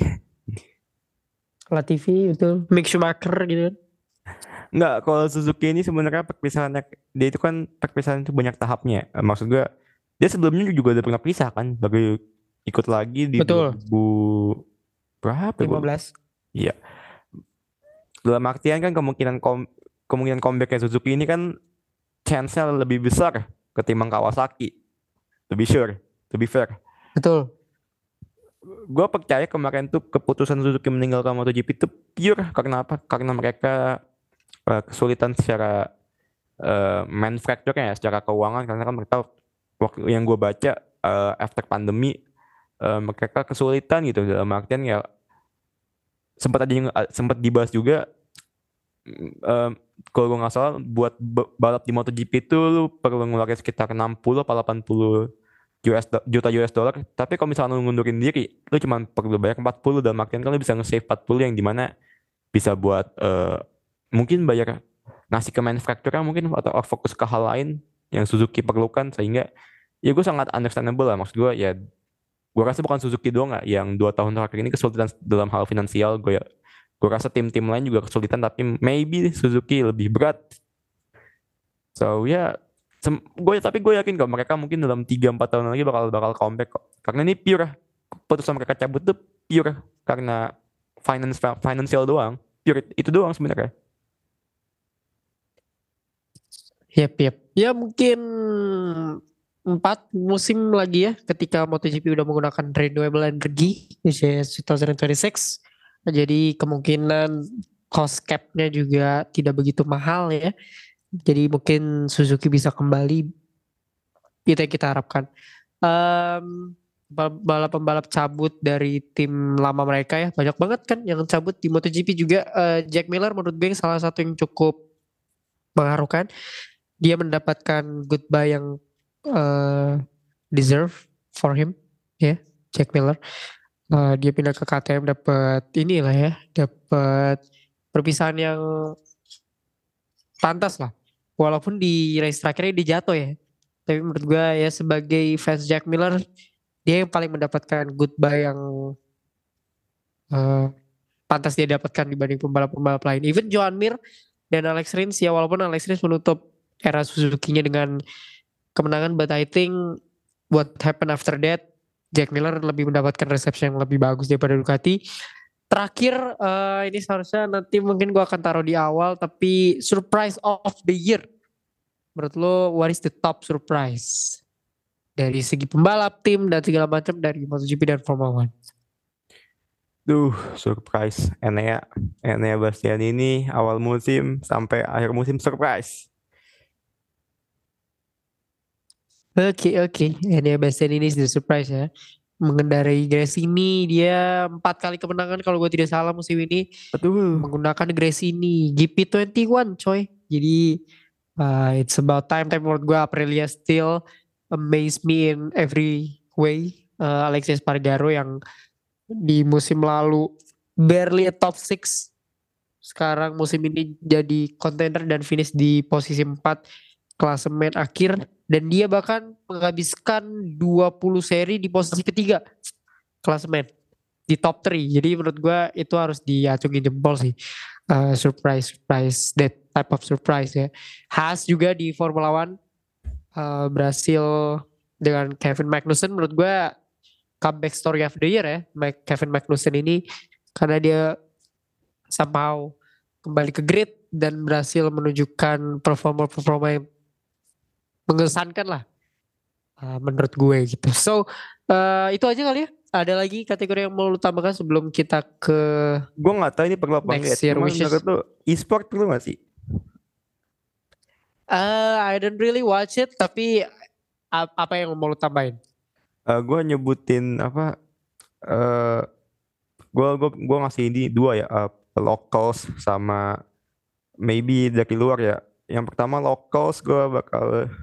Speaker 3: betul. Mick Schumacher gitu kan.
Speaker 4: Enggak, kalau Suzuki ini sebenarnya perpisahannya, dia itu kan perpisahan itu banyak tahapnya. Maksud gue, dia sebelumnya juga udah pernah pisah kan, baru ikut lagi di
Speaker 3: Betul.
Speaker 4: 2000 berapa?
Speaker 3: 15.
Speaker 4: Iya. Dalam artian kan kemungkinan comebacknya Suzuki ini kan chance-nya lebih besar ketimbang Kawasaki. Lebih sure, lebih fair.
Speaker 3: Betul.
Speaker 4: Gue percaya kemarin tuh keputusan Suzuki meninggalkan MotoGP itu pure karena apa? Karena mereka kesulitan secara manufacture-nya ya, secara keuangan, karena kan mereka waktu yang gue baca after pandemi mereka kesulitan gitu, dalam artian ya sempat dibahas juga kalau gue nggak salah buat balap di MotoGP itu lu perlu ngeluarin sekitar 60 atau 80 juta US dollar, tapi kalau misalnya lu ngundurin diri lu cuma perlu bayar 40, dalam artian kan lu bisa nge-save 40 yang dimana bisa buat mungkin bayar ngasih ke manufacturer mungkin, atau fokus ke hal lain yang Suzuki perlukan, sehingga ya gue sangat understandable lah. Maksud gue ya, gue rasa bukan Suzuki doang gak yang 2 tahun terakhir ini kesulitan dalam hal finansial. Gue rasa tim-tim lain juga kesulitan, tapi maybe Suzuki lebih berat. So ya, tapi gue yakin kok mereka mungkin dalam 3-4 tahun lagi bakal comeback kok. Karena ini pure putusan mereka cabut tuh pure karena financial doang. Pure itu doang sebenarnya.
Speaker 3: Yep. Ya mungkin 4 musim lagi ya ketika MotoGP udah menggunakan renewable energy which is 2026. Jadi kemungkinan cost cap-nya juga tidak begitu mahal ya. Jadi mungkin Suzuki bisa kembali, itu yang kita harapkan. pembalap-pembalap cabut dari tim lama mereka ya. Banyak banget kan yang cabut di MotoGP juga. Jack Miller menurut gue salah satu yang cukup mengharukan. Dia mendapatkan goodbye yang deserve for him ya, Jack Miller. Dia pindah ke KTM dapat inilah ya, dapat perpisahan yang pantas lah. Walaupun di race terakhirnya dia jatuh ya. Tapi menurut gue ya sebagai fans Jack Miller, dia yang paling mendapatkan goodbye yang pantas dia dapatkan dibanding pembalap-pembalap lain. Even Joan Mir dan Alex Rins ya, walaupun Alex Rins menutup era Suzuki-nya dengan kemenangan, but I think what happened after that, Jack Miller lebih mendapatkan reception yang lebih bagus daripada Ducati. Terakhir ini seharusnya nanti mungkin gue akan taruh di awal, tapi surprise of the year. Menurut lo what is the top surprise dari segi pembalap, tim dan segala macam dari MotoGP dan Formula One?
Speaker 4: Surprise. Enea Bastianini awal musim sampai akhir musim surprise.
Speaker 3: Oke. Enea Bastianini is the surprise ya. Mengendarai Gresini, dia 4 kali kemenangan kalau gue tidak salah musim ini.
Speaker 4: Betul.
Speaker 3: Menggunakan Gresini GP21 coy. Jadi it's about time. Tapi menurut gue Aprilia still amaze me in every way. Alexis Espargaro yang di musim lalu barely a top 6, sekarang musim ini jadi contender dan finish di posisi 4 klasemen akhir, dan dia bahkan menghabiskan 20 seri di posisi ketiga klasemen di top 3. Jadi menurut gue itu harus diacungin jempol sih. Surprise that type of surprise ya. Haas juga di Formula One berhasil dengan Kevin Magnussen, menurut gue comeback story of the year ya, Kevin Magnussen ini, karena dia somehow kembali ke grid dan berhasil menunjukkan performa yang mengesankan lah menurut gue gitu. So itu aja kali ya. Ada lagi kategori yang mau lu tambahkan sebelum kita ke
Speaker 4: gue nggak tahu ini perlu apa enggak, cuma menurut lu e-sport perlu nggak sih?
Speaker 3: I don't really watch it, tapi apa yang mau lu tambahin?
Speaker 4: Gue nyebutin apa? Gue ngasih ini 2 ya, locals sama maybe dari luar ya. Yang pertama locals gue bakal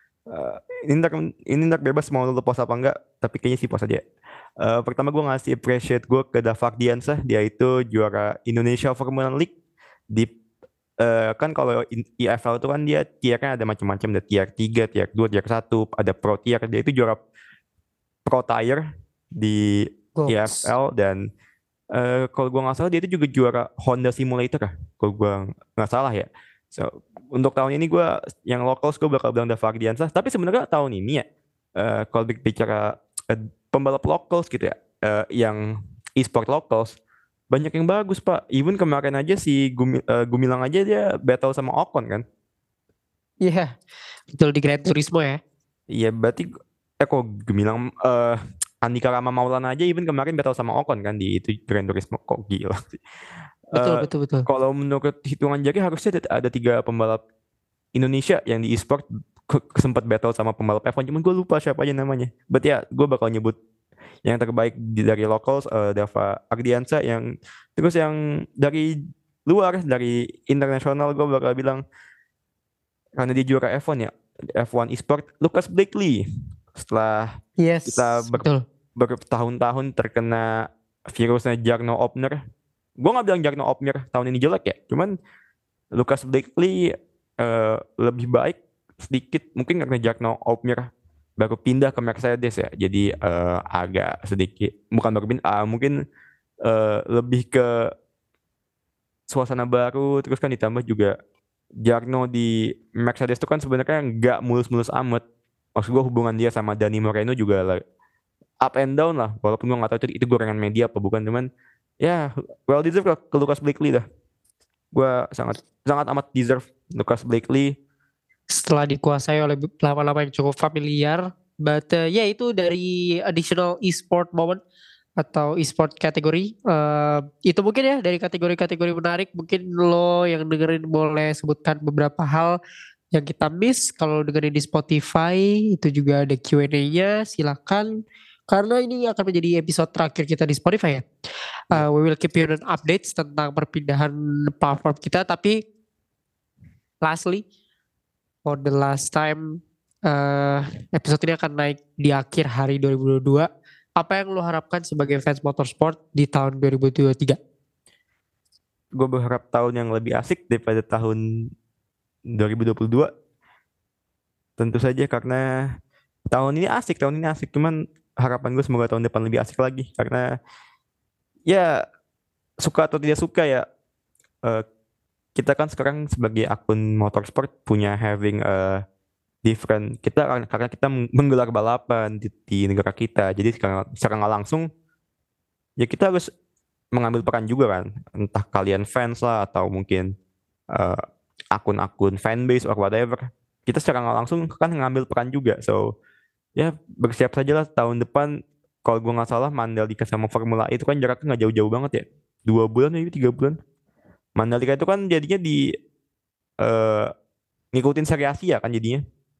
Speaker 4: ini ntar bebas mau lu post apa enggak, tapi kayaknya sih post aja. Pertama gue ngasih appreciate gue ke Dafak Diansyah, dia itu juara Indonesia Formula League di kan kalau IFL itu kan dia tiernya ada macam-macam, ada tier 3, tier 2, tier 1, ada pro tier. Dia itu juara pro tier di IFL, dan kalau gue nggak salah dia itu juga juara Honda Simulator kalau gue nggak salah ya. So untuk tahun ini gue yang locals gue bakal bilang Dafak Diansyah, tapi sebenarnya tahun ini ya kalau bicara pembalap locals gitu ya, yang e-sport locals banyak yang bagus pak. Even kemarin aja si Gumilang aja dia battle sama Ocon kan.
Speaker 3: Iya, betul, di Gran Turismo ya.
Speaker 4: Iya berarti kok Gumilang Andika Rama Maulana aja even kemarin battle sama Ocon kan di itu Gran Turismo, kok gila sih.
Speaker 3: Betul.
Speaker 4: Kalau menurut hitungan jari harusnya ada 3 pembalap Indonesia yang di e-sport sempat battle sama pembalap F1, cuman gue lupa siapa aja namanya. Berarti ya gue bakal nyebut yang terbaik dari locals, Dava Ardiansyah, yang terus yang dari luar, dari internasional gue bakal bilang karena dia juara F1 ya, F1 e-sport, Lucas Blakely. Setelah kita bertahun-tahun terkena virusnya Jarno Opner, gue nggak bilang Jarno Opner tahun ini jelek ya, cuman Lucas Blakely lebih baik sedikit mungkin karena Jarno Opner baru pindah ke Mercedes ya, jadi agak sedikit bukan baru pindah, mungkin lebih ke suasana baru, terus kan ditambah juga Jarno di Mercedes itu kan sebenarnya nggak mulus-mulus amat. Maksud gue hubungan dia sama Dani Moreno juga up and down lah, walaupun gue nggak tahu itu gorengan media apa bukan, cuman ya well deserved lah ke Lucas Blakely dah. Gue sangat amat deserve Lucas Blakely
Speaker 3: setelah dikuasai oleh lama-lama yang cukup familiar. But ya itu dari additional e-sport moment atau e-sport kategori. Itu mungkin ya dari kategori-kategori menarik. Mungkin lo yang dengerin boleh sebutkan beberapa hal yang kita miss. Kalau dengerin di Spotify itu juga ada Q&A-nya, silakan karena ini akan menjadi episode terakhir kita di Spotify ya. We will keep you on updates tentang perpindahan platform kita, tapi lastly, for the last time, episode ini akan naik di akhir hari 2022. Apa yang lo harapkan sebagai fans motorsport di tahun 2023?
Speaker 4: Gue berharap tahun yang lebih asik daripada tahun 2022. Tentu saja karena tahun ini asik, cuman harapan gue semoga tahun depan lebih asik lagi, karena ya suka atau tidak suka ya, kita kan sekarang sebagai akun motorsport punya having different, karena kita menggelar balapan di negara kita, jadi secara nggak langsung ya kita harus mengambil peran juga kan, entah kalian fans lah atau mungkin akun-akun fanbase or whatever, kita secara nggak langsung kan ngambil peran juga. So ya bersiap sajalah tahun depan. Kalau gue nggak salah Mandalika sama Formula E itu kan jaraknya nggak jauh-jauh banget ya, 2 bulan maybe 3 bulan. Mandalika itu kan jadinya di ngikutin seri Asia kan jadinya.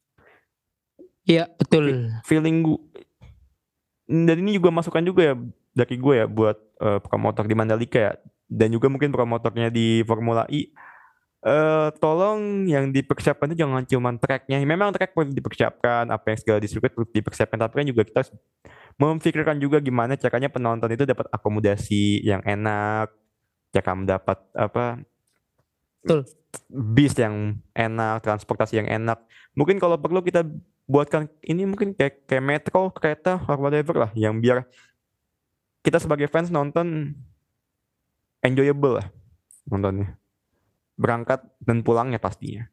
Speaker 3: Iya betul.
Speaker 4: Feeling gue, dan ini juga masukan juga ya dari gue ya buat promotor di Mandalika ya, dan juga mungkin promotornya di Formula E. Tolong yang dipersiapkan itu jangan cuma tracknya. Memang track perlu dipersiapkan, apa yang segala di sirkuit perlu dipersiapkan, tapi kan juga kita memikirkan juga gimana caranya penonton itu dapat akomodasi yang enak, cara mendapat
Speaker 3: Betul.
Speaker 4: bis yang enak, transportasi yang enak. Mungkin kalau perlu kita buatkan ini mungkin kayak metro, kereta, or whatever lah, yang biar kita sebagai fans nonton enjoyable lah nontonnya. Berangkat dan pulangnya pastinya.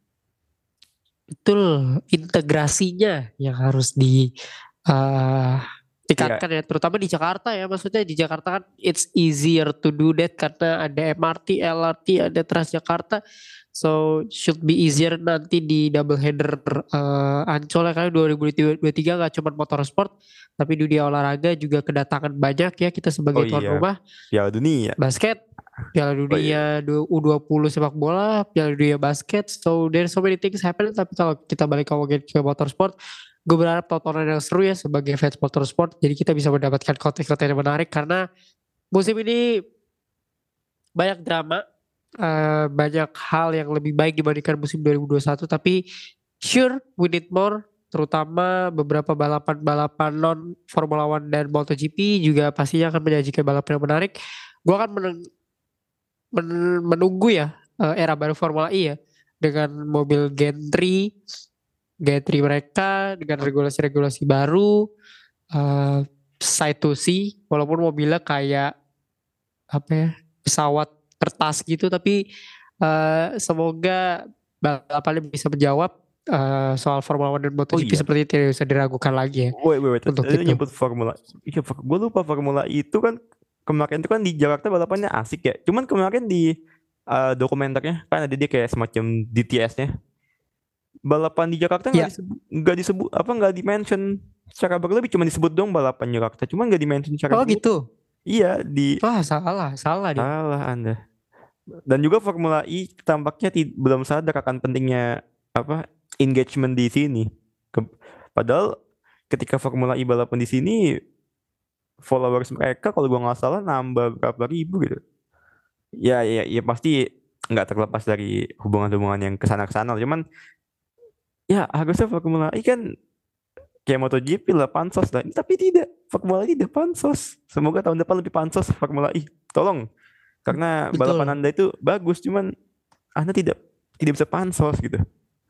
Speaker 3: Betul, integrasinya yang harus tingkatkan ya, terutama di Jakarta ya. Maksudnya di Jakarta kan it's easier to do that karena ada MRT, LRT, ada Transjakarta. So should be easier nanti di double header Ancol ya, karena 2023 gak cuma motorsport tapi dunia olahraga juga kedatangan banyak ya, kita sebagai tuan rumah.
Speaker 4: Piala Dunia
Speaker 3: Basket, Piala Dunia U20 sepak bola, Piala Dunia basket. So there's so many things happen. Tapi kalau kita balik ke motorsport, gue berharap tontonan yang seru ya sebagai fans motorsport. Jadi kita bisa mendapatkan konten-konten yang menarik, karena musim ini banyak drama, banyak hal yang lebih baik dibandingkan musim 2021. Tapi sure we need more, terutama beberapa balapan-balapan non Formula One dan MotoGP juga pastinya akan menyajikan balapan yang menarik. Gue akan menunggu ya era baru Formula E ya, dengan mobil Gen 3 mereka, dengan regulasi-regulasi baru, sight to see, walaupun mobilnya kayak pesawat kertas gitu, tapi semoga balapannya bisa menjawab soal Formula One dan MotoGP seperti tidak bisa diragukan lagi ya.
Speaker 4: Wait. Untuk itu nyebut Formula. Iya, gue lupa Formula E itu kan kemarin itu kan di Jakarta balapannya asik ya. Cuman kemarin di dokumenternya kan ada dia kayak semacam DTS-nya. Balapan di Jakarta nggak di-mention secara berlebih, cuma disebut dong balapan Jakarta. Cuman nggak di-mention secara berlebih.
Speaker 3: Gitu.
Speaker 4: Iya
Speaker 3: salah dia.
Speaker 4: Salah Anda. Dan juga Formula E tampaknya belum sadar akan pentingnya engagement di sini. Padahal ketika Formula E balapan di sini, followers mereka kalau gua nggak salah nambah berapa ribu gitu. Ya pasti nggak terlepas dari hubungan-hubungan yang kesana-kesana. Cuman ya harusnya Formula E kan kayak MotoGP lah, pansos lah. Tapi tidak, Formula E tidak pansos. Semoga tahun depan lebih pansos Formula E. Tolong. Karena balapan Anda itu bagus, cuman Anda tidak bisa pansos gitu.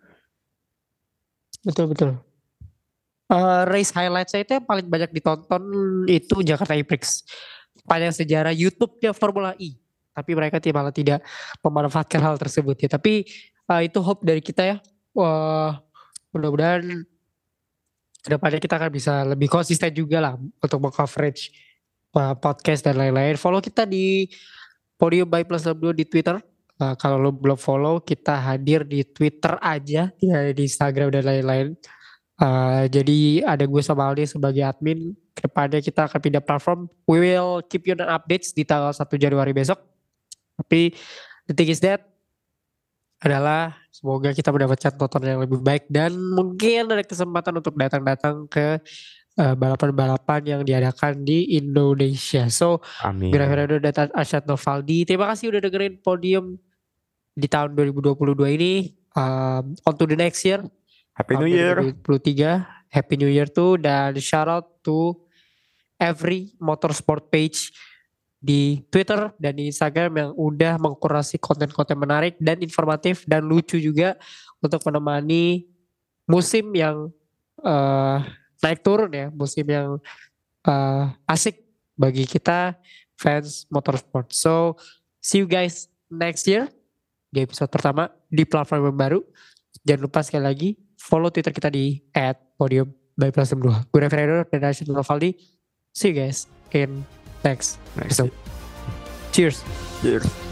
Speaker 3: Betul. Race highlight-nya itu yang paling banyak ditonton itu Jakarta E-Prix. Panjang sejarah YouTube-nya Formula E. Tapi mereka malah tidak memanfaatkan hal tersebut ya. Tapi itu hope dari kita ya. Mudah-mudahan kedepannya kita akan bisa lebih konsisten juga lah untuk meng-coverage podcast dan lain-lain. Follow kita di Podium by Plus 62 di Twitter. Kalau lo belum follow, kita hadir di Twitter aja, tidak ada di Instagram dan lain-lain. Jadi ada gue sama Aldi sebagai admin. Kedepannya kita akan pindah platform. We will keep you on updates di tanggal 1 Januari besok. Tapi the thing is that adalah semoga kita mendapatkan tontonan yang lebih baik dan mungkin ada kesempatan untuk datang ke balapan-balapan yang diadakan di Indonesia. So,
Speaker 4: Amin.
Speaker 3: Gue Fernando dan Arsyad Novaldi, terima kasih udah dengerin Podium di tahun 2022 ini. On to the next year.
Speaker 4: Happy New Year.
Speaker 3: 2023. Happy New Year tuh, dan shout out to every motorsport page di Twitter dan di Instagram yang udah mengkurasi konten-konten menarik dan informatif dan lucu juga untuk menemani musim yang naik turun ya, musim yang asik bagi kita fans motorsport. So, see you guys next year di episode pertama di platform yang baru. Jangan lupa sekali lagi follow Twitter kita di @podium_by+62. Gue Fernando dan Arsyad Novaldi. See you guys in next episode. Cheers.
Speaker 4: Cheers.